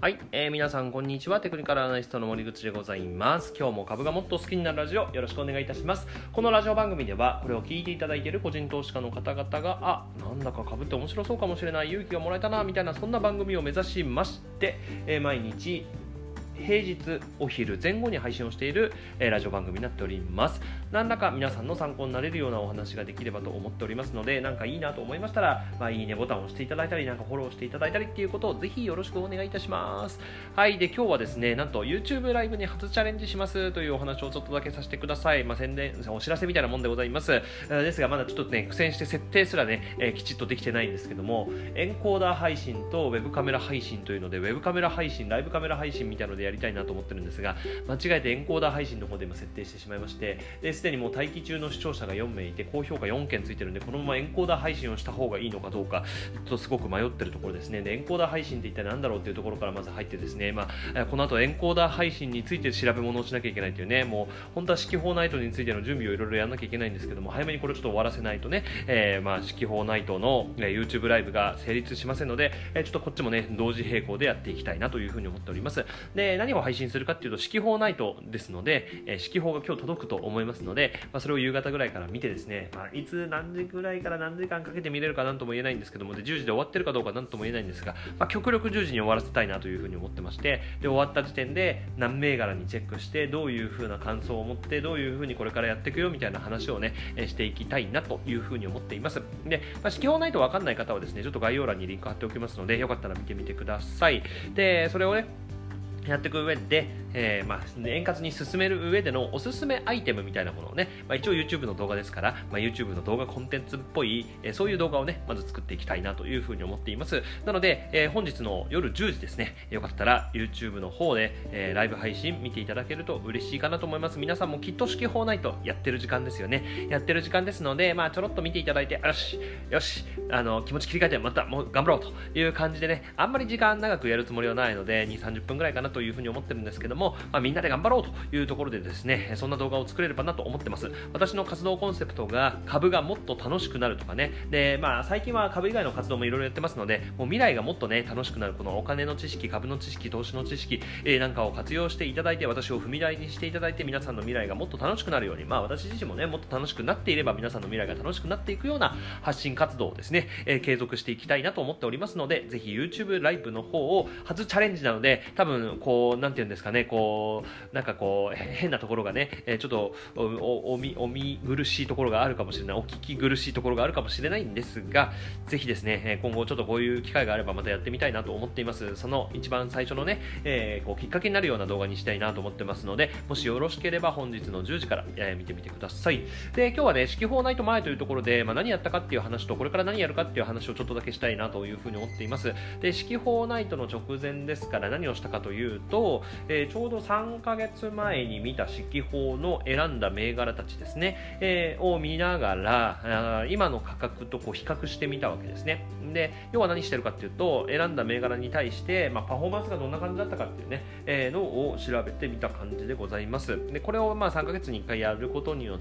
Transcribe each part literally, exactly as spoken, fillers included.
はい、えー、皆さんこんにちは。テクニカルアナリストの森口でございます。今日も株がもっと好きになるラジオよろしくお願いいたします。このラジオ番組ではこれを聞いていただいている個人投資家の方々があ、なんだか株って面白そうかもしれない、勇気がもらえたなみたいなそんな番組を目指しまして、えー、毎日平日お昼前後に配信をしている、えー、ラジオ番組になっております。何らか皆さんの参考になれるようなお話ができればと思っておりますので、なんかいいなと思いましたら、まあ、いいねボタンを押していただいたり、なんかフォローしていただいたりっていうことをぜひよろしくお願いいたします。はい、で今日はですね、なんと YouTube ライブに初チャレンジしますというお話をちょっとだけさせてください。まあ、宣伝、お知らせみたいなもんでございます。ですがまだちょっとね、苦戦して設定すらね、えー、きちっとできてないんですけども、エンコーダー配信とウェブカメラ配信というので、ウェブカメラ配信、ライブカメラ配信みたいなのでやりたいなと思ってるんですが、間違えてエンコーダー配信の方で今設定してしまいまして、すでにもう待機中の視聴者がよんめいいて高評価よんけんついてるんで、このままエンコーダー配信をした方がいいのかどうかちょっとすごく迷ってるところですね。でエンコーダー配信って一体何だろうっていうところからまず入ってですね、まあ、この後エンコーダー配信について調べ物をしなきゃいけないというね、もう本当は指揮法ナイトについての準備をいろいろやらなきゃいけないんですけども、早めにこれをちょっと終わらせないとね、えー、まあ指揮法ナイトの、えー、YouTube ライブが成立しませんので、えー、ちょっとこっちもね同時並行でやっていきたいなというふうに思っております。で何を配信するかっていうと、指揮法ナイトですので、えー、指揮法が今日届くと思いますので、まあ、それを夕方ぐらいから見てですね、まあ、いつ何時ぐらいから何時間かけて見れるかなんとも言えないんですけども、でじゅうじで終わってるかどうかなんとも言えないんですが、まあ、極力じゅうじに終わらせたいなというふうに思ってまして、で終わった時点で何銘柄にチェックしてどういうふうな感想を持ってどういうふうにこれからやっていくよみたいな話をねしていきたいなというふうに思っています。で、まあ、指揮法ないと分かんない方はですね、ちょっと概要欄にリンク貼っておきますので、よかったら見てみてください。でそれをねやっていく上で、えーまあ、円滑に進める上でのおすすめアイテムみたいなものをね、まあ、一応 YouTube の動画ですから、まあ、YouTube の動画コンテンツっぽい、えー、そういう動画をねまず作っていきたいなというふうに思っています。なので、えー、本日の夜じゅうじですね、よかったら YouTube の方で、えー、ライブ配信見ていただけると嬉しいかなと思います。皆さんもきっと指揮法ないとやってる時間ですよね。やってる時間ですので、まあ、ちょろっと見ていただいて、よしよしあの気持ち切り替えてまたもう頑張ろうという感じでね、あんまり時間長くやるつもりはないのでにじゅう、さんじゅっぷんぐらいかなというふうに思ってるんですけども、まあ、みんなで頑張ろうというところでですね、そんな動画を作れればなと思ってます。私の活動コンセプトが株がもっと楽しくなるとかね、で、まあ、最近は株以外の活動もいろいろやってますので、もう未来がもっとね楽しくなる、このお金の知識、株の知識、投資の知識、えー、なんかを活用していただいて、私を踏み台にしていただいて、皆さんの未来がもっと楽しくなるように、まあ私自身もねもっと楽しくなっていれば皆さんの未来が楽しくなっていくような発信活動をですね、えー、継続していきたいなと思っておりますので、ぜひ YouTube ライブの方を初チャレンジなので、多分こうなんていうんですかね、こうなんかこう変なところがね、えー、ちょっと お, お, みお見苦しいところがあるかもしれない、お聞き苦しいところがあるかもしれないんですが、ぜひですね今後ちょっとこういう機会があればまたやってみたいなと思っています。その一番最初のね、えー、こうきっかけになるような動画にしたいなと思ってますので、もしよろしければ本日のじゅうじから、えー、見てみてください。で今日はね指揮法ナイト前というところで、まあ、何やったかっていう話とこれから何やるかっていう話をちょっとだけしたいなというふうに思っています。で指揮法ナイトの直前ですから何をしたかというと、えー、ちょうどさんかげつまえに見た指揮法の選んだ銘柄たちですね、えー、を見ながら今の価格とこう比較してみたわけですね。で要は何してるかっていうと、選んだ銘柄に対して、まあ、パフォーマンスがどんな感じだったかっていうね、えー、のを調べてみた感じでございます。でこれをまあさんかげつにいっかいやることによって、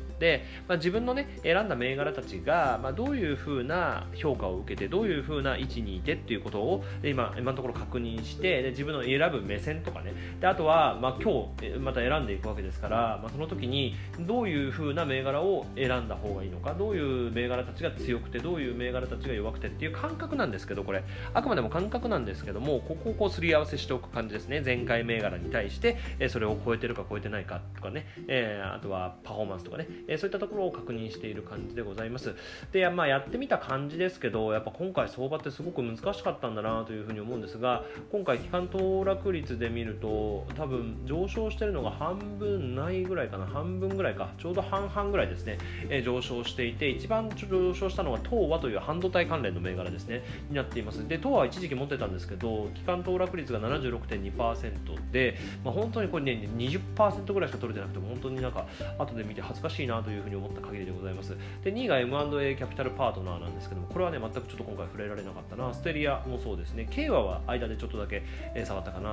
まあ、自分のね選んだ銘柄たちが、まあ、どういう風な評価を受けてどういう風な位置にいてっていうことを今今のところ確認して、で自分の選ぶ目線とかね、であとは、まあ、今日また選んでいくわけですから、まあ、その時にどういう風な銘柄を選んだ方がいいのか、どういう銘柄たちが強くてどういう銘柄たちが弱くてっていう感覚なんですけど、これあくまでも感覚なんですけども、ここをこうすり合わせしておく感じですね。前回銘柄に対してそれを超えてるか超えてないかとかね、えー、あとはパフォーマンスとかね、えー、そういったところを確認している感じでございます。で、まあ、やってみた感じですけど、やっぱ今回相場ってすごく難しかったんだなというふうに思うんですが、今回機関騰落率で見ると多分上昇してるのが半分ないぐらいかな、半分ぐらいか、ちょうど半々ぐらいですね、えー、上昇していて、一番上昇したのが東和という半導体関連の銘柄ですねになっています。で東和は一時期持ってたんですけど、機関騰落率が ななじゅうろくてんにパーセント で、まあ、本当にこれね にじゅっパーセント ぐらいしか取れてなくて、本当になんか後で見て恥ずかしいなというふうに思った限りでございます。でにいが エムアンドエー キャピタルパートナーなんですけども、これはね全くちょっと今回触れられなかったな。ステリアもそうですね、慶和は間でちょっとだけ触ったかなという感じ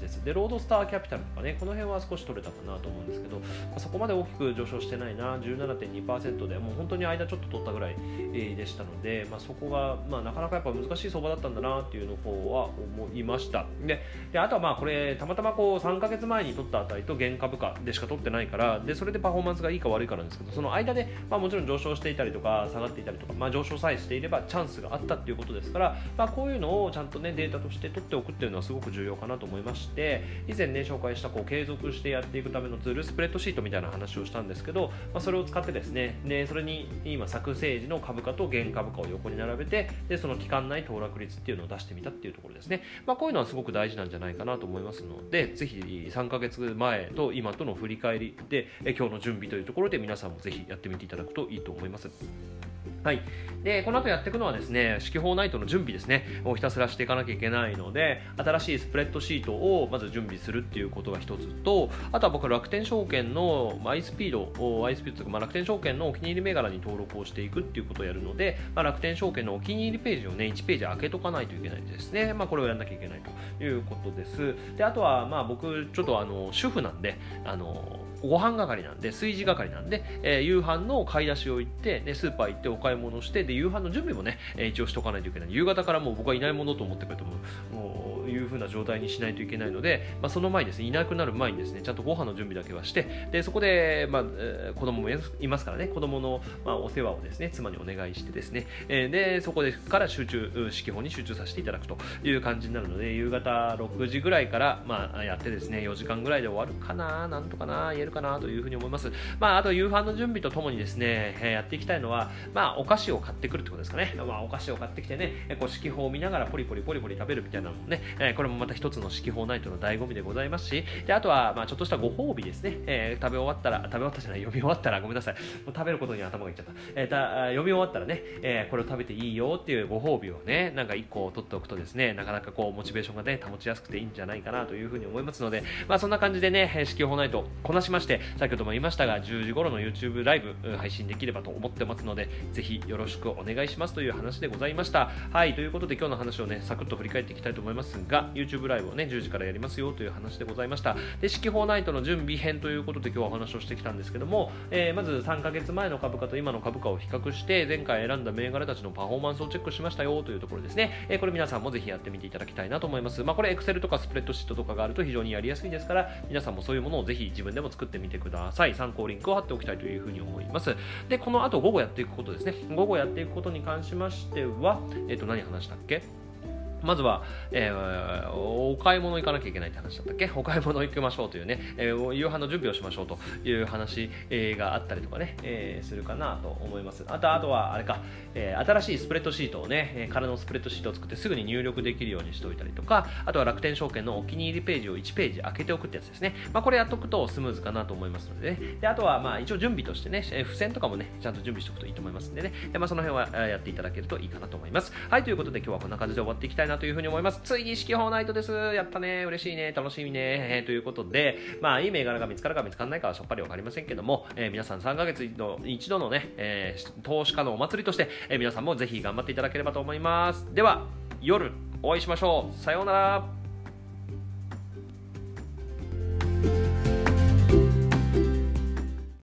です。でロードスターキャピタルとかね、この辺は少し取れたかなと思うんですけど、まあ、そこまで大きく上昇してないな、 じゅうななてんにパーセント でもう本当に間ちょっと取ったぐらい、えー、でしたので、まあ、そこが、まあ、なかなかやっぱ難しい相場だったんだなっていうの方は思いました。でであとはまあこれたまたまこうさんかげつまえに取った値と現株価でしか取ってないから、でそれでパフォーマンスがいいか悪いかなんですけど、その間で、まあ、もちろん上昇していたりとか下がっていたりとか、まあ、上昇さえしていればチャンスがあったっていうことですから、まあ、こういうのをちゃんとねデータとして取っておくっていうのはすごく重要かなと思いまして、以前ね紹介したこう継続してやっていくためのツールスプレッドシートみたいな話をしたんですけど、まあ、それを使ってですね、でそれに今作成時の株価と現株価を横に並べて、でその期間内騰落率っていうのを出してみたっていうところですね。まあ、こういうのはすごく大事なんじゃないかなと思いますので、ぜひさんかげつまえと今との振り返りで今日の準備というところで皆さんもぜひやってみていただくといいと思います。はい、でこの後やっていくのはですね、指揮法ナイトの準備ですねをひたすらしていかなきゃいけないので、新しいスプレッドシートをまず準備するっていうことが一つと、あとは僕楽天証券の アイスピード アイスピードというか、まあ、楽天証券のお気に入り銘柄に登録をしていくっていうことをやるので、まあ、楽天証券のお気に入りページをねいちページ開けとかないといけないですね。まあ、これをやらなきゃいけないということです。であとはまあ僕ちょっとあの主婦なんで、あのご飯係なんで炊事係なんで、えー、夕飯の買い出しを行って、ね、スーパー行ってお買い物して、で夕飯の準備もね、えー、一応しておかないといけない。夕方からもう僕はいないものと思ってくれてももういう風な状態にしないといけないので、まあ、その前にですね、いなくなる前にですねちゃんとご飯の準備だけはして、でそこで、まあえー、子供もいますからね、子供の、まあ、お世話をですね妻にお願いしてですね、えー、でそこでから集中指揮法に集中させていただくという感じになるので、夕方ろくじぐらいから、まあ、やってですねよじかんぐらいで終わるかな、なんとかな言えるかなというふうに思います。まあ、あと夕飯の準備とともにですね、えー、やっていきたいのは、まあ、お菓子を買ってくるってことですかね。まあ、お菓子を買ってきてね、こう指揮法を見ながらポリポリポリポリ食べるみたいなのもね、えー、これもまた一つの指揮法ナイトの醍醐味でございますし、であとはまあちょっとしたご褒美ですね、えー、食べ終わったら食べ終わったじゃない読み終わったらごめんなさい、もう食べることに頭がいっちゃった、えー、た読み終わったらね、えー、これを食べていいよっていうご褒美をねなんかいっこ取っておくとですね、なかなかこうモチベーションがね保ちやすくていいんじゃないかなというふうに思いますので、まあそんな感じでね指揮法ナイトこなしまして、先ほども言いましたがじゅうじ頃の YouTube ライブ配信できればと思ってますので、ぜひよろしくお願いしますという話でございました。はい、ということで今日の話をねサクッと振り返っていきたいと思いますが、 YouTube ライブをねじゅうじからやりますよという話でございました。で指揮法ナイトの準備編ということで今日はお話をしてきたんですけども、えー、まずさんかげつまえの株価と今の株価を比較して前回選んだ銘柄たちのパフォーマンスをチェックしましたよというところですね。えー、これ皆さんもぜひやってみていただきたいなと思います。まあこれ Excel とかスプレッドシートとかがあると非常にやりやすいですから、皆さんもそういうものをぜひ自分でも作ってみてください。参考リンクを貼っておきたいというふうに思います。でこの後午後やっていくことですね。午後やっていくことに関しましては、えっと何話したっけ。まずは、えー、お買い物行かなきゃいけないって話だったっけ。お買い物行きましょうというね、えー、夕飯の準備をしましょうという話、えー、があったりとかね、えー、するかなと思います。あとあとはあれか、えー、新しいスプレッドシートをね、えー、空のスプレッドシートを作ってすぐに入力できるようにしておいたりとか、あとは楽天証券のお気に入りページをいちページ開けておくってやつですね。まあ、これやっとくとスムーズかなと思いますのでね。であとはまあ一応準備としてね、えー、付箋とかもねちゃんと準備しておくといいと思いますんでね。で、まあ、その辺はやっていただけるといいかなと思います。はい、ということで今日はこんな感じで終わっていきたいなというふうに思います。ついに指揮法ナイトです。やったね、嬉しいね、楽しみね、えー、ということで、まあいい銘柄が見つかるか見つからないかはさっぱりわかりませんけども、えー、皆さんさんかげつの一度のね、えー、投資家のお祭りとして、えー、皆さんもぜひ頑張っていただければと思います。では夜お会いしましょう。さようなら。